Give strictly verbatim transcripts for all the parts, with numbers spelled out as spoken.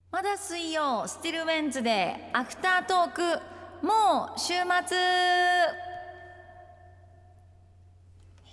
まだ水曜スティルウェンズでアフタートーク、もう週末。はい、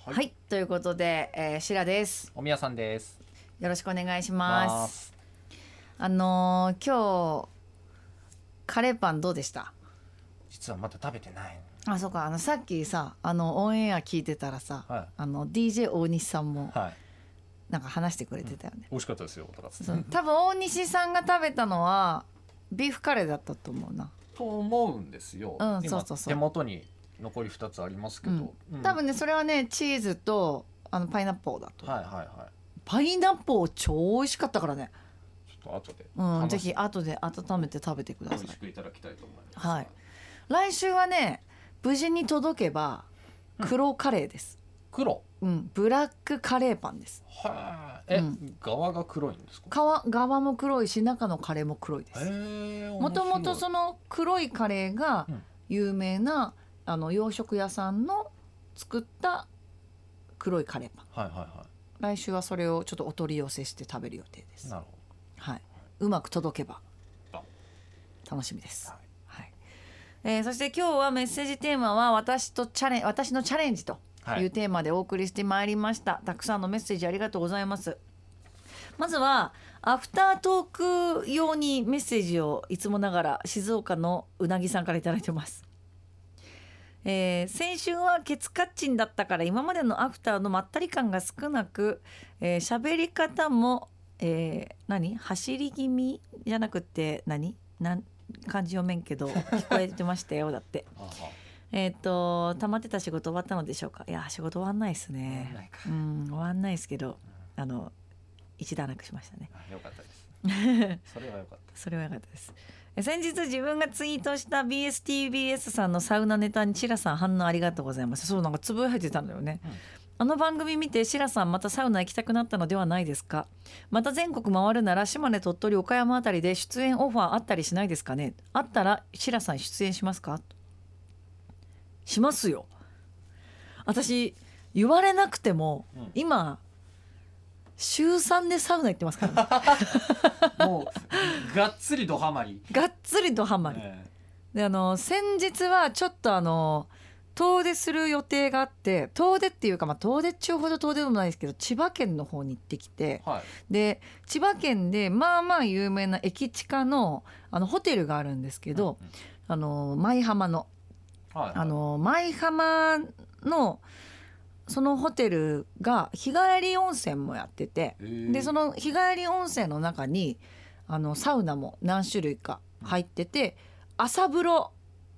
はい、ということで、えー、シラです。 おみやさんです。 よろしくお願いします。あのー、今日カレーパンどうでした？ 実はまだ食べてない。 あ、そうか。あのさっきさ、あのオンエア聞いてたらさ、はい、あの ディージェー 大西さんも、はい、なんか話してくれてたよね、 うん、美味しかったですよ。 多分大西さんが食べたのはビーフカレーだったと思うなと思うんですよ、 うん、そうそうそう。 手元に残りふたつありますけど、うんうん、多分ねそれはねチーズとあのパイナップルだと。 はいはいはい。 パイナップル超美味しかったからね。 ちょっと後で、 うん、ぜひ後で温めて食べてください。 美味しくいただきたいと思います。 はい。来週はね無事に届けば黒カレーです、 うん、黒、 うん、ブラックカレーパンです。 はえ、うん、側が黒いんですか？ 側、側も黒いし中のカレーも黒いです。もともとその黒いカレーが有名な、うん、あの洋食屋さんの作った黒いカレーパン、はいはいはい、来週はそれをちょっとお取り寄せして食べる予定です。 なるほど、はい、うまく届けば楽しみです、はいはい。えー、そして今日はメッセージテーマは私とチャレン私のチャレンジというテーマでお送りしてまいりました、はい、たくさんのメッセージありがとうございます。まずはアフタートーク用にメッセージをいつもながら静岡のうなぎさんからいただいてます。えー、先週はケツカッチンだったから今までのアフターのまったり感が少なく、えー、喋り方も、えー、何走り気味じゃなくて何なん漢字読めんけど聞こえてましたよだってえっと溜まってた仕事終わったのでしょうか？いや仕事終わんないですね。うん、終わんないですけど、あの一段落しましたね。 よかったですそれはよかったそれはよかったです。先日自分がツイートした ビーエスティービーエス さんのサウナネタにシラさん反応ありがとうございます。そうなんかつぶやいてたんだよね、うん、あの番組見てシラさんまたサウナ行きたくなったのではないですか？また全国回るなら島根、鳥取、岡山あたりで出演オファーあったりしないですかね？あったらシラさん出演しますか？しますよ。私言われなくても、うん、今週さんでサウナ行ってますから、 ね、もうがっつりドハマりがっつりドハマり、ね、であの先日はちょっとあの遠出する予定があって、遠出っていうか、まあ、遠出っちゅうほど遠出でもないですけど千葉県の方に行ってきて、はい、で千葉県でまあまあ有名な駅近 の, あのホテルがあるんですけど、うんうん、あの舞浜の、はいはい、あの舞浜のそのホテルが日帰り温泉もやってて、でその日帰り温泉の中にあのサウナも何種類か入ってて、朝風呂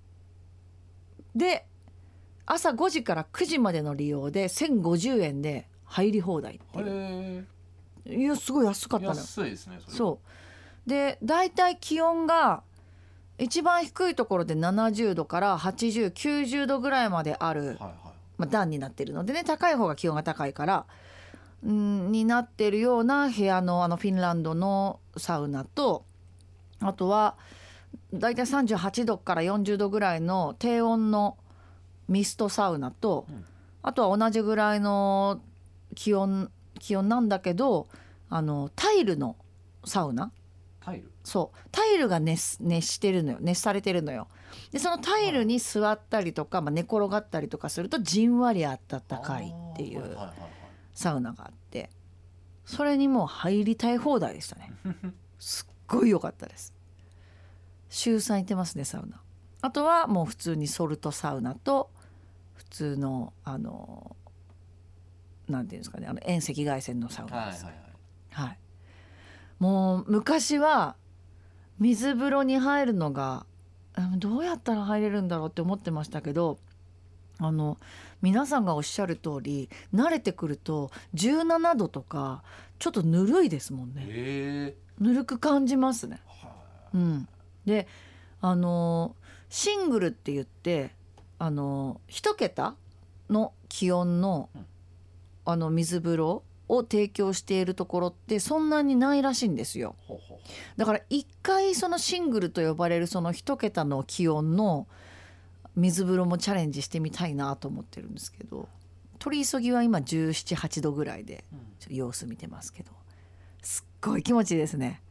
で朝ごじからくじまでの利用でせんごじゅうえんで入り放題っていう。いやすごい安かったのよ。 安いですねそれ。 そうでだいたい気温が一番低いところでななじゅうどからはちじゅう、きゅうじゅうどぐらいまである、はいはい、まあ、段になってるのでね、高い方が気温が高いからんになってるような部屋のあのフィンランドのサウナと、あとはだいたいさんじゅうはちどからよんじゅうどぐらいの低温のミストサウナと、うん、あとは同じぐらいの気温気温なんだけどあのタイルのサウナ。 タイル？そうタイルが 熱, 熱してるのよ熱されてるのよ。でそのタイルに座ったりとか、まあ、寝転がったりとかするとじんわりあったかいっていうサウナがあって、それにもう入りたい放題でしたねすっごい良かったです。週さん行ってますねサウナ。あとはもう普通にソルトサウナと普通のあのなんていうんですかね、あの遠赤外線のサウナです、はいはいはい、もう昔は水風呂に入るのがどうやったら入れるんだろうって思ってましたけど、あの皆さんがおっしゃる通り慣れてくるとじゅうななどとかちょっとぬるいですもんね。 へー、 ぬるく感じますね、うん、であのシングルって言ってあの一桁の気温の、あの水風呂を提供しているところってそんなにないらしいんですよ。だから一回そのシングルと呼ばれるその一桁の気温の水風呂もチャレンジしてみたいなと思ってるんですけど、取り急ぎは今じゅうなな、はちどぐらいでちょっと様子見てますけど、すっごい気持ちいいですね。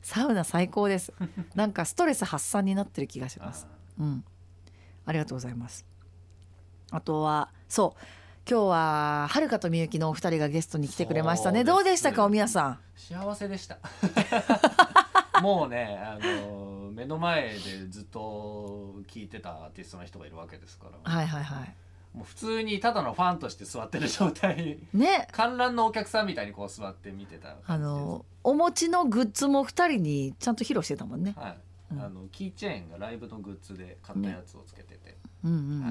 サウナ最高ですなんかストレス発散になってる気がします。うん、ありがとうございます。あとはそう今日ははるかとみゆきのお二人がゲストに来てくれましたね。どうでしたかおみやさん。 幸せでしたもうねあの目の前でずっと聴いてたアーティストの人がいるわけですから、 はいはいはい、 もう普通にただのファンとして座ってる状態ね、 観覧のお客さんみたいにこう座って見てたあのお持ちのグッズもふたりにちゃんと披露してたもんね。 はい、うん、あのキーチェーンがライブのグッズで買ったやつをつけてて、ね、 うんうんうんうん、はい、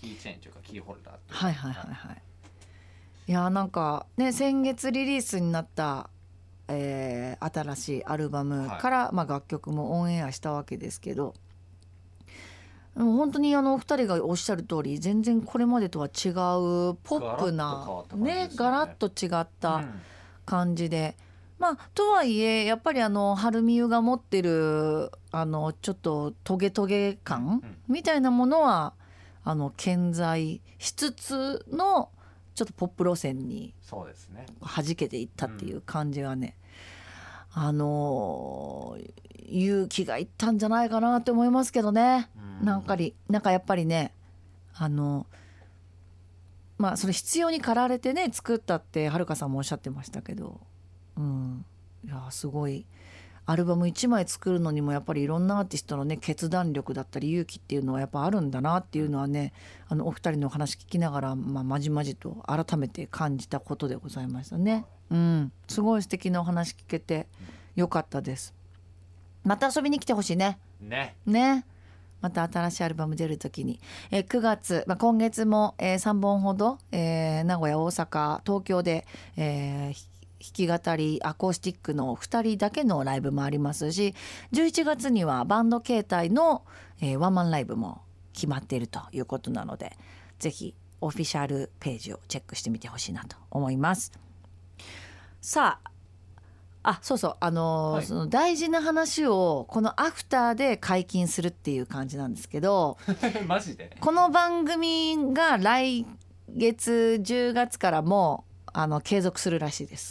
キーチェーンというかキーホルダーっていう、 はいはいはいはい、いやなんかね先月リリースになった、えー、新しいアルバムから、はい、まあ、楽曲もオンエアしたわけですけど、本当にあのお二人がおっしゃる通り全然これまでとは違うポップなねガラッと違った感じで、うん、まあとはいえやっぱりあの春美優が持ってるあのちょっとトゲトゲ感みたいなものはあの健在しつつのちょっとポップ路線に弾けていったっていう感じがね、うん、あの勇気がいったんじゃないかなって思いますけどね。うん、なんかりなんかやっぱりねあのまあそれ必要に駆られてね作ったってはるかさんもおっしゃってましたけど、うん、いやすごいアルバムいちまい作るのにもやっぱりいろんなアーティストのね決断力だったり勇気っていうのはやっぱあるんだなっていうのはねあのお二人のお話聞きながら、まあ、まじまじと改めて感じたことでございましたね。うん、すごい素敵なお話聞けてよかったです。また遊びに来てほしいね。 ね。 ね。また新しいアルバム出るときに、えー、くがつ、まあ、今月も、えー、さんぼんほど、えー、名古屋大阪東京で、えー、弾き語りアコースティックのふたりだけのライブもありますし、じゅういちがつにはバンド形態の、えー、ワンマンライブも決まっているということなので、ぜひオフィシャルページをチェックしてみてほしいなと思います。さああそうそうあのーはい、その大事な話をこのアフターで解禁するっていう感じなんですけどマジでこの番組が来月じゅうがつからもあの継続するらしいです。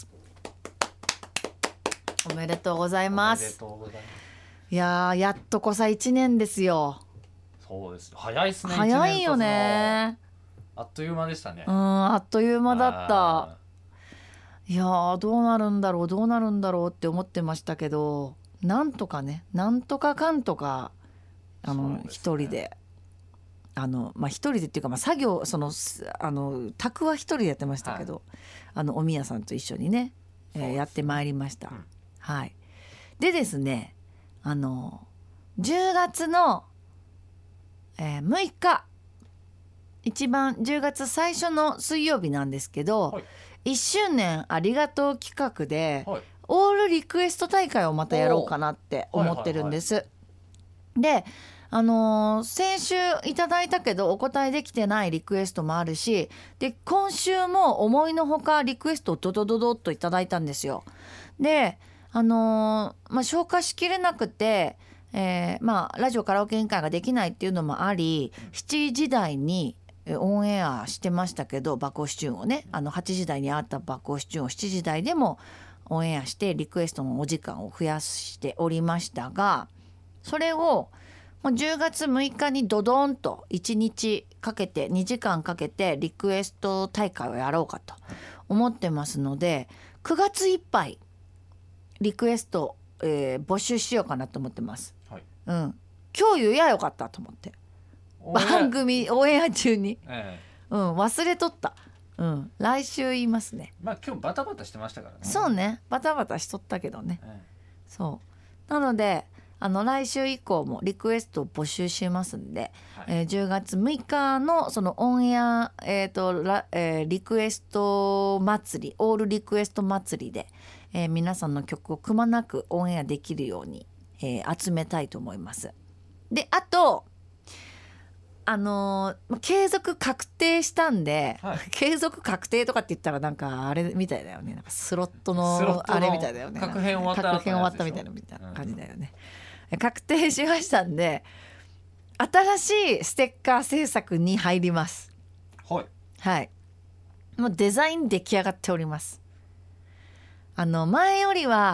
おめでとうございます。 おめでとうございます。 いややっとこさいちねんですよ。 そうです。早いですね。 早いよね。 あっという間でしたね。 うんあっという間だった。いやどうなるんだろうどうなるんだろうって思ってましたけど、なんとかねなんとかかんとかあの一、ね、人であのまあ一人でっていうか、まあ、作業そのあの宅は一人でやってましたけど、はい、あのおみやさんと一緒にね、えー、やってまいりました。うん、はい。でですねあのじゅうがつの、えー、むいか一番じゅうがつ最初の水曜日なんですけど、はい、いっしゅうねんありがとう企画で、はい、オールリクエスト大会をまたやろうかなって思ってるんです。はいはいはい、で、あのー、先週いただいたけどお答えできてないリクエストもあるし、で今週も思いのほかリクエストをドドドドッといただいたんですよ。で、あのーまあ、消化しきれなくて、えーまあ、ラジオカラオケ委員会ができないっていうのもあり、しちじ台にオンエアしてましたけど、爆押しチューンをねあのはちじ台にあった爆押しチューンをしちじ台でもオンエアしてリクエストのお時間を増やしておりましたが、それをもうじゅうがつむいかにドドンといちにちかけてにじかんかけてリクエスト大会をやろうかと思ってますので、くがついっぱいリクエスト、えー、募集しようかなと思ってます。はい、うん、今日言えばよかったと思って番組オンエア中に、ええ、うん、忘れとった、うん、来週言いますね。 まあ今日バタバタしてましたからね。 そうねバタバタしとったけどね、ええ、そうなのであの来週以降もリクエストを募集しますんで、はい、えー、じゅうがつむいかのそのオンエア、えーとラえー、リクエスト祭りオールリクエスト祭りで、えー、皆さんの曲をくまなくオンエアできるように、えー、集めたいと思います。であとあのー、継続確定したんで、はい、継続確定とかって言ったらなんかあれみたいだよね、なんかスロットのあれみたいだよね、 確変終わった確変終わったみたいなみたいな感じだよね、うん、確定しましたんで新しいステッカー制作に入ります。 はい、 はい、もうデザイン出来上がっております。あの前よりは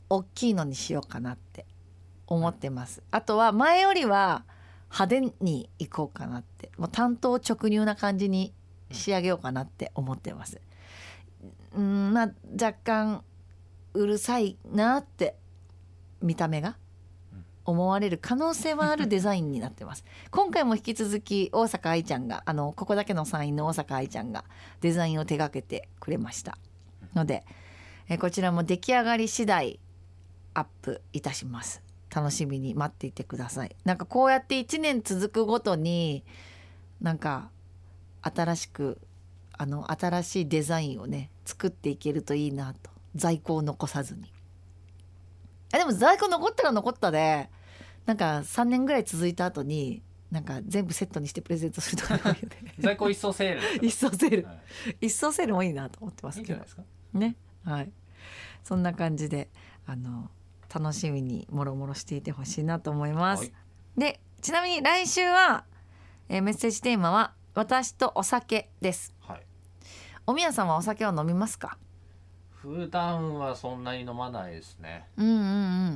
大きいのにしようかなって思ってます。あとは前よりは派手にいこうかなって、もう単刀直入な感じに仕上げようかなって思ってます。うん、まあ若干うるさいなって見た目が思われる可能性はあるデザインになってます。今回も引き続き大阪愛ちゃんが、あのここだけのサインの大阪愛ちゃんがデザインを手掛けてくれましたので、えこちらも出来上がり次第アップいたします。楽しみに待っていてください。なんかこうやっていちねん続くごとになんか新しくあの新しいデザインをね作っていけるといいなと、在庫を残さずに。あでも在庫残ったら残ったで、なんかさんねんぐらい続いた後になんか全部セットにしてプレゼントするとかいいよね在庫一掃セール一掃セール、 はい、 一掃セールもいいなと思ってますけど、 いいんじゃないですかね。はい、そんな感じであの楽しみにもろもろしていてほしいなと思います、はい、でちなみに来週は、えー、メッセージテーマは私とお酒です、はい、おみやさんはお酒は飲みますか？ 普段はそんなに飲まないですね。 うんうんうん。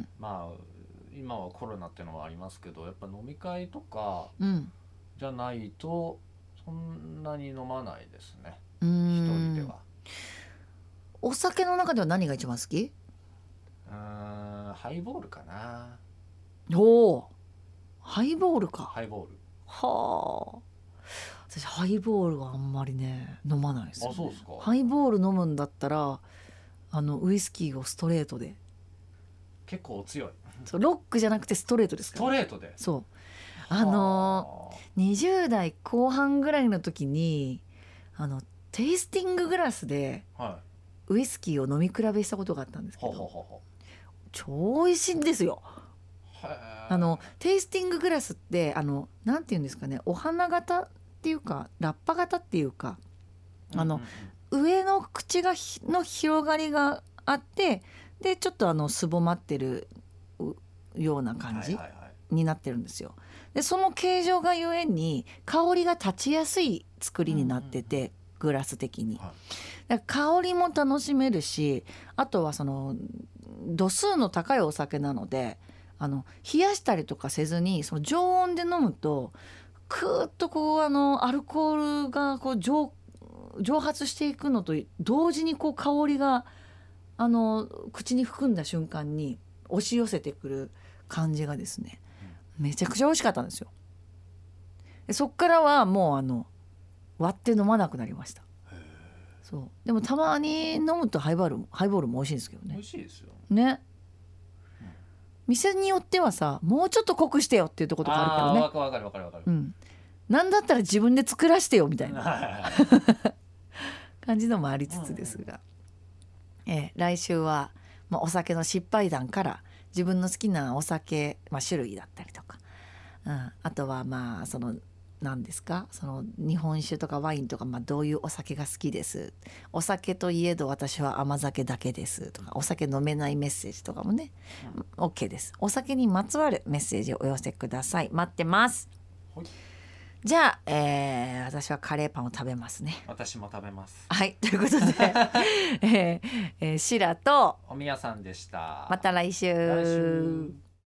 まあ今はコロナっていうのはありますけど、やっぱ飲み会とかじゃないとそんなに飲まないですね、うん、一人では。 お酒の中では何が一番好き？ うーんハイボールかな。 おお、ハイボールか。 ハイボール。 はあ。私ハイボールはあんまりね飲まないですよ、ね。 あ、そうですか。 ハイボール飲むんだったらあのウイスキーをストレートで。 結構強い。 そうロックじゃなくてストレートですから、 ね、ストレートで。 そうあのー、にじゅう代後半ぐらいの時にあのテイスティンググラスでウイスキーを飲み比べしたことがあったんですけど、はい、超美味しいんですよ。あのテイスティンググラスってあのなんていうんですかね、お花型っていうかラッパ型っていうか、あの、うんうんうん、上の口がの広がりがあって、でちょっとあのすぼまってるような感じになってるんですよ。でその形状がゆえに香りが立ちやすい作りになってて、うんうんうん、グラス的に、だから香りも楽しめるし、あとはその度数の高いお酒なのであの冷やしたりとかせずにその常温で飲むとクーッとこうあのアルコールがこう 蒸, 蒸発していくのと同時にこう香りがあの口に含んだ瞬間に押し寄せてくる感じがですね、めちゃくちゃ美味しかったんですよ。でそっからはもうあの割って飲まなくなりました。そうでもたまに飲むとハイボールもハイボールも美味しいんですけどね。 美味しいですよね。店によってはさ、もうちょっと濃くしてよっていうところとかあるけどね。 わかるわかるわかるわかる、 うん、なんだったら自分で作らせてよみたいな感じのもありつつですが、えー、来週は、まあ、お酒の失敗談から自分の好きなお酒、まあ、種類だったりとか、うん、あとはまあその何ですか、その日本酒とかワインとか、まあ、どういうお酒が好きです、お酒といえど私は甘酒だけですとか、お酒飲めないメッセージとかもね、うん、OK です。お酒にまつわるメッセージをお寄せください。待ってます、はい、じゃあ、えー、私はカレーパンを食べますね。 私も食べます。 はい、ということで、えーえー、シラとおみやさんでした。 また来週。 来週